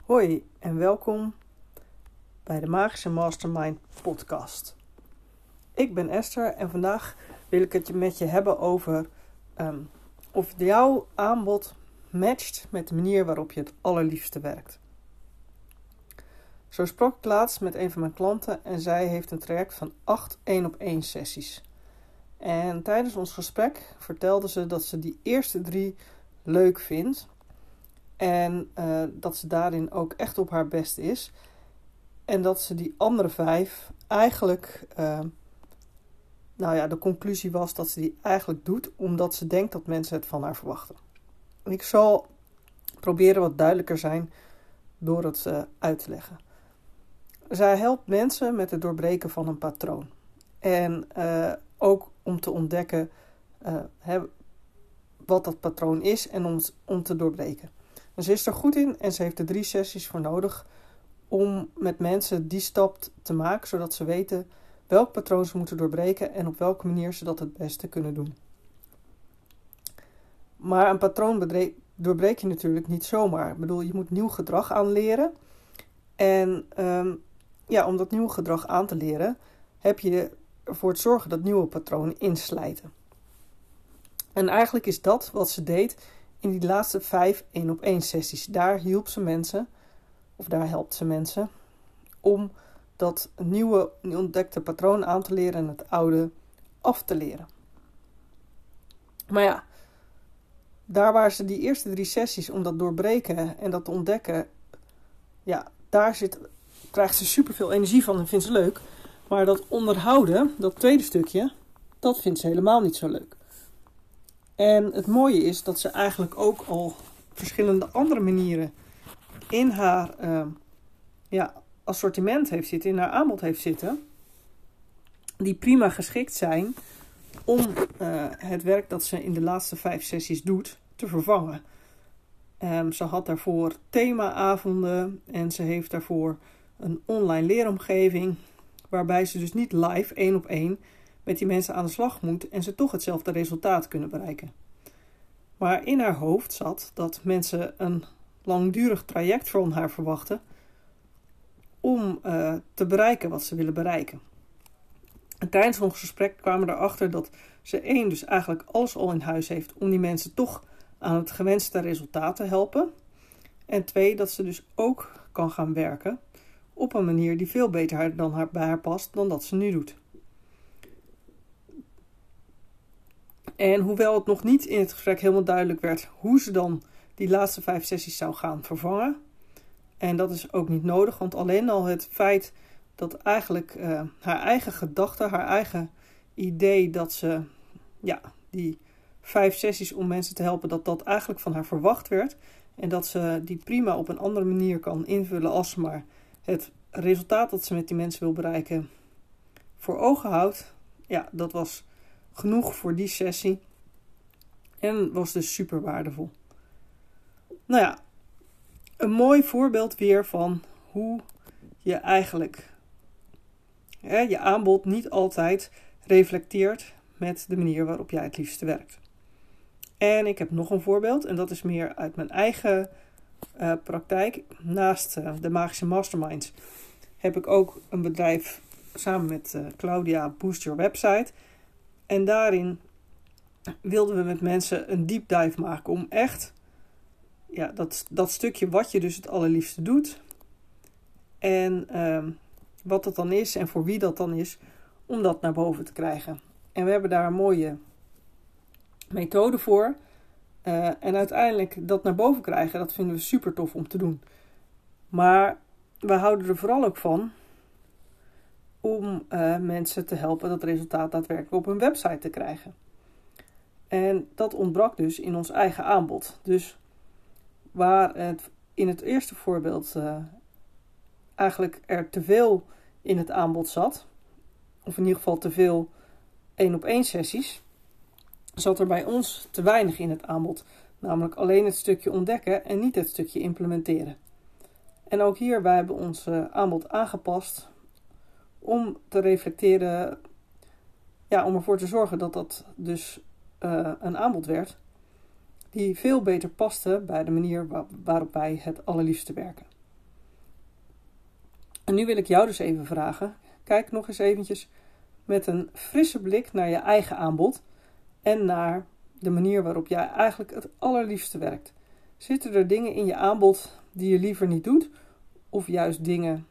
Hoi en welkom bij de Magische Mastermind podcast. Ik ben Esther en vandaag wil ik het met je hebben over of jouw aanbod matcht met de manier waarop je het allerliefste werkt. Zo sprak ik laatst met een van mijn klanten en zij heeft een traject van 8 1-op-1 sessies. En tijdens ons gesprek vertelde ze dat ze die eerste 3 leuk vindt. En dat ze daarin ook echt op haar best is. En dat ze die andere 5 eigenlijk... de conclusie was dat ze die eigenlijk doet omdat ze denkt dat mensen het van haar verwachten. En ik zal proberen wat duidelijker zijn door het uit te leggen. Zij helpt mensen met het doorbreken van een patroon. En ook om te ontdekken wat dat patroon is en om te doorbreken. En ze is er goed in en ze heeft er 3 sessies voor nodig om met mensen die stap te maken, zodat ze weten welk patroon ze moeten doorbreken en op welke manier ze dat het beste kunnen doen. Maar een patroon doorbreek je natuurlijk niet zomaar. Ik bedoel, je moet nieuw gedrag aanleren. En om dat nieuwe gedrag aan te leren, heb je ervoor te zorgen dat nieuwe patronen inslijten. En eigenlijk is dat wat ze deed in die laatste 5 1-op-1 sessies. Daar helpt ze mensen om dat nieuwe ontdekte patroon aan te leren en het oude af te leren. Maar ja, daar waar ze die eerste 3 sessies om dat doorbreken en dat te ontdekken, krijgt ze superveel energie van en vindt ze leuk. Maar dat onderhouden, dat tweede stukje, dat vindt ze helemaal niet zo leuk. En het mooie is dat ze eigenlijk ook al verschillende andere manieren in haar assortiment heeft zitten, in haar aanbod heeft zitten, die prima geschikt zijn om het werk dat ze in de laatste 5 sessies doet te vervangen. Ze had daarvoor themaavonden en ze heeft daarvoor een online leeromgeving waarbij ze dus niet live 1-op-1 met die mensen aan de slag moet en ze toch hetzelfde resultaat kunnen bereiken. Maar in haar hoofd zat dat mensen een langdurig traject van haar verwachten om te bereiken wat ze willen bereiken. En tijdens ons gesprek kwamen we erachter dat ze dus eigenlijk alles al in huis heeft om die mensen toch aan het gewenste resultaat te helpen. En 2, dat ze dus ook kan gaan werken op een manier die veel beter bij haar past dan dat ze nu doet. En hoewel het nog niet in het gesprek helemaal duidelijk werd hoe ze dan die laatste 5 sessies zou gaan vervangen. En dat is ook niet nodig, want alleen al het feit dat eigenlijk haar eigen gedachte, haar eigen idee dat ze die 5 sessies om mensen te helpen, dat eigenlijk van haar verwacht werd. En dat ze die prima op een andere manier kan invullen als ze maar het resultaat dat ze met die mensen wil bereiken voor ogen houdt. Ja, dat was genoeg voor die sessie. En was dus super waardevol. Nou ja, een mooi voorbeeld weer van hoe je eigenlijk je aanbod niet altijd reflecteert met de manier waarop jij het liefste werkt. En ik heb nog een voorbeeld en dat is meer uit mijn eigen praktijk. Naast de Magische Masterminds heb ik ook een bedrijf samen met Claudia, Boost Your Website. En daarin wilden we met mensen een deep dive maken om echt dat stukje wat je dus het allerliefste doet. En wat dat dan is en voor wie dat dan is, om dat naar boven te krijgen. En we hebben daar een mooie methode voor. En uiteindelijk dat naar boven krijgen, dat vinden we super tof om te doen. Maar we houden er vooral ook van om mensen te helpen dat resultaat daadwerkelijk op hun website te krijgen. En dat ontbrak dus in ons eigen aanbod. Dus waar het in het eerste voorbeeld eigenlijk er te veel in het aanbod zat, of in ieder geval te veel 1-op-1 sessies, zat er bij ons te weinig in het aanbod. Namelijk alleen het stukje ontdekken en niet het stukje implementeren. En ook hier, wij hebben ons aanbod aangepast om te reflecteren, om ervoor te zorgen dat dat dus een aanbod werd die veel beter paste bij de manier waarop wij het allerliefste werken. En nu wil ik jou dus even vragen. Kijk nog eens eventjes met een frisse blik naar je eigen aanbod. En naar de manier waarop jij eigenlijk het allerliefste werkt. Zitten er dingen in je aanbod die je liever niet doet? Of juist dingen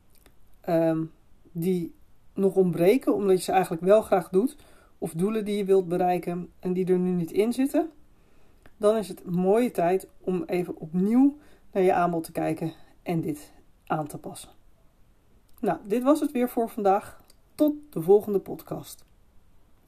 die nog ontbreken, omdat je ze eigenlijk wel graag doet? Of doelen die je wilt bereiken en die er nu niet in zitten? Dan is het een mooie tijd om even opnieuw naar je aanbod te kijken en dit aan te passen. Nou, dit was het weer voor vandaag. Tot de volgende podcast.